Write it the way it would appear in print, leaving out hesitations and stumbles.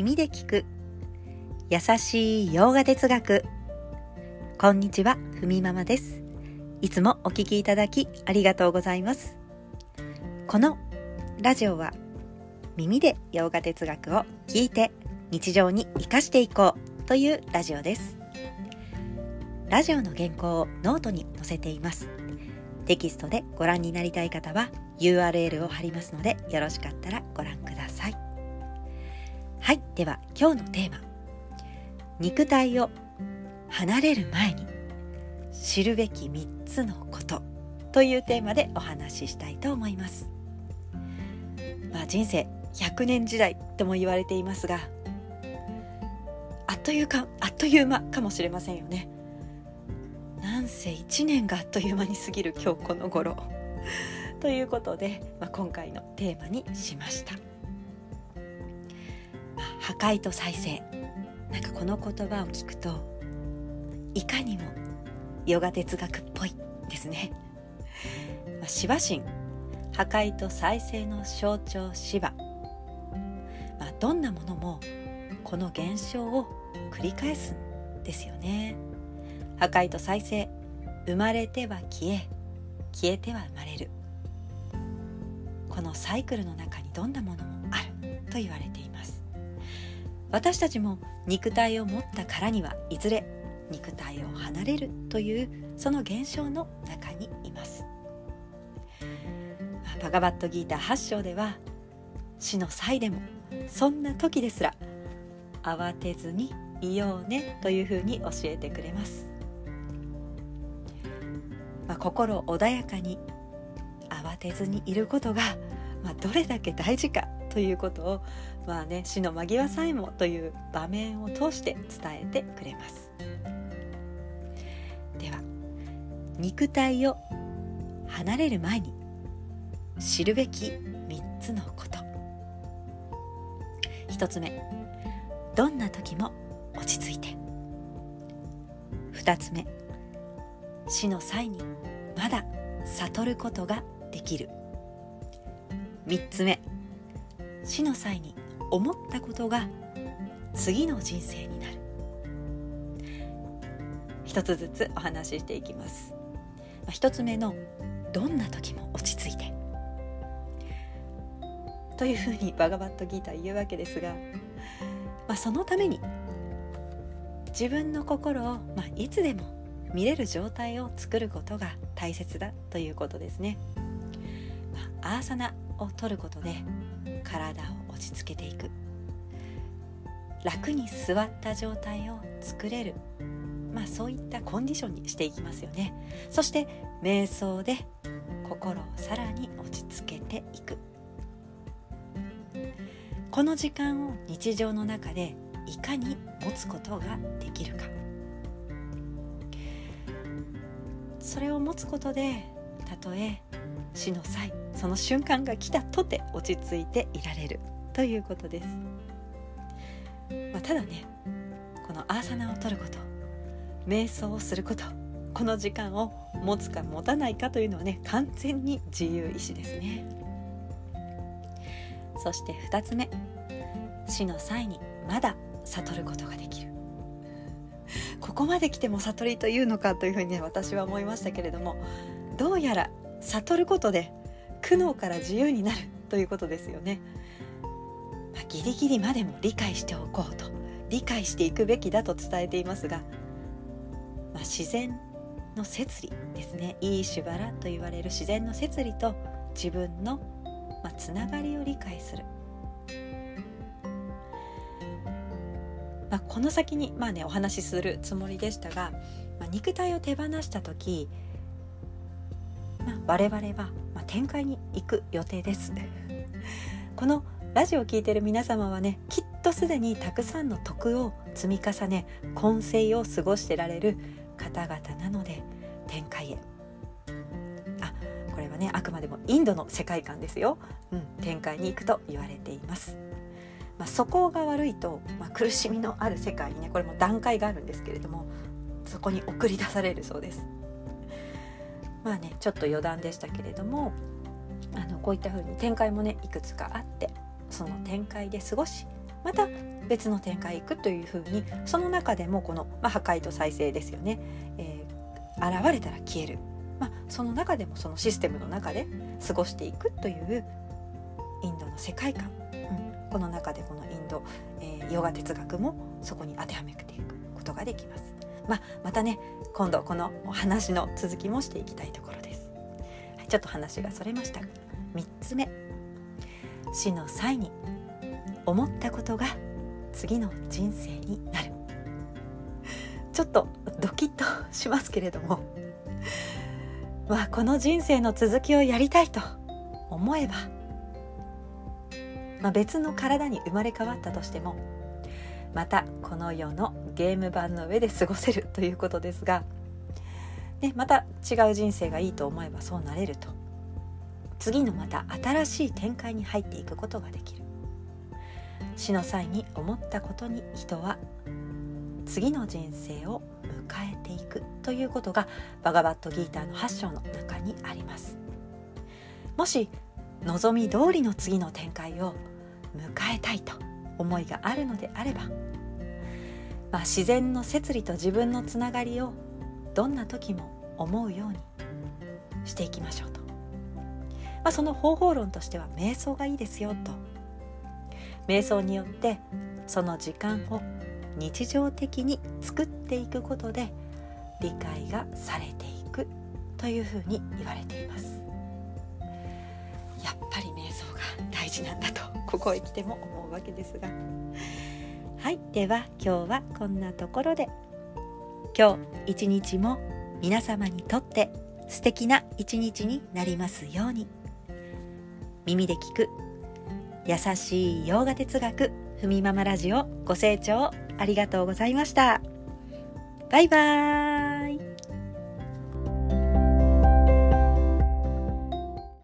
耳で聞く優しい洋画哲学。こんにちは、ふみママです。いつもお聞きいただきありがとうございます。このラジオは耳で洋画哲学を聞いて日常に生かしていこうというラジオです。ラジオの原稿をノートに載せています。テキストでご覧になりたい方は URL を貼りますので、よろしかったらご覧ください。はい、では今日のテーマ、肉体を離れる前に知るべき3つのことというテーマでお話ししたいと思います。人生100年時代とも言われていますが、あっという間かもしれませんよね。なんせ1年があっという間に過ぎる今日この頃ということで、今回のテーマにしました。破壊と再生、この言葉を聞くといかにもヨガ哲学っぽいですね。シバ神、破壊と再生の象徴シバ、どんなものもこの現象を繰り返すんですよね。破壊と再生、生まれては消え、消えては生まれる、このサイクルの中にどんなものもあると言われています。私たちも肉体を持ったからにはいずれ肉体を離れるというその現象の中にいます。バガバットギーター8章では、死の際でもそんな時ですら慌てずにいようねというふうに教えてくれます。心穏やかに慌てずにいることが、どれだけ大事かということを、死の間際さえもという場面を通して伝えてくれます。では、肉体を離れる前に知るべき3つのこと。1つ目、どんな時も落ち着いて。2つ目、死の際にまだ悟ることができる。3つ目、死の際に思ったことが次の人生になる。一つずつお話ししていきます。一つ目のどんな時も落ち着いてというふうにバガバットギーターは言うわけですが、そのために自分の心を、いつでも見れる状態を作ることが大切だということですね。アーサナを取ることで体を落ち着けていく、楽に座った状態を作れる、そういったコンディションにしていきますよね。そして瞑想で心をさらに落ち着けていく。この時間を日常の中でいかに持つことができるか、それを持つことで、たとえ死の際、その瞬間が来たとて落ち着いていられるということです。ただね、このアーサナを取ること、瞑想をすること、この時間を持つか持たないかというのはね、完全に自由意志ですね。そして2つ目、死の際にまだ悟ることができる。ここまで来ても悟りというのかというふうにね、私は思いましたけれども、どうやら悟ることで苦悩から自由になるということですよね。ギリギリまでも理解しておこうと、理解していくべきだと伝えていますが、自然の摂理ですね。イーシュバラと言われる自然の摂理と自分の、つながりを理解する。この先にお話しするつもりでしたが、肉体を手放した時、我々は、天界に行く予定ですこのラジオを聞いている皆様はね、きっとすでにたくさんの徳を積み重ね、今世を過ごしてられる方々なので、天界へ、これはね、あくまでもインドの世界観ですよ。天界に行くと言われています。素行が悪いと、苦しみのある世界にね、これも段階があるんですけれども、そこに送り出されるそうです。ちょっと余談でしたけれども、こういった風に展開もね、いくつかあって、その展開で過ごし、 また別の展開行くというふうに、その中でもこの、破壊と再生ですよね、現れたら消える、その中でもそのシステムの中で過ごしていくというインドの世界観、この中でこのインド、ヨガ哲学もそこに当てはめていくことができます。またね、今度このお話の続きもしていきたいところです。ちょっと話がそれましたが、3つ目、死の際に思ったことが次の人生になる。ちょっとドキッとしますけれども、この人生の続きをやりたいと思えば、別の体に生まれ変わったとしても、またこの世のゲーム盤の上で過ごせるということですが、また違う人生がいいと思えばそうなれると、次のまた新しい展開に入っていくことができる。死の際に思ったことに人は次の人生を迎えていくということがバガバットギーターの8章の中にあります。もし望み通りの次の展開を迎えたいと思いがあるのであれば、自然の摂理と自分のつながりをどんな時も思うようにしていきましょうと、その方法論としては瞑想がいいですよと。瞑想によってその時間を日常的に作っていくことで理解がされていくというふうに言われています。やっぱり瞑想が大事なんだと、ここへ来ても思うわけですが、では今日はこんなところで、今日一日も皆様にとって素敵な一日になりますように。耳で聞く優しいヨーガ哲学、ふみママラジオ、ご清聴ありがとうございました。バイバーイ。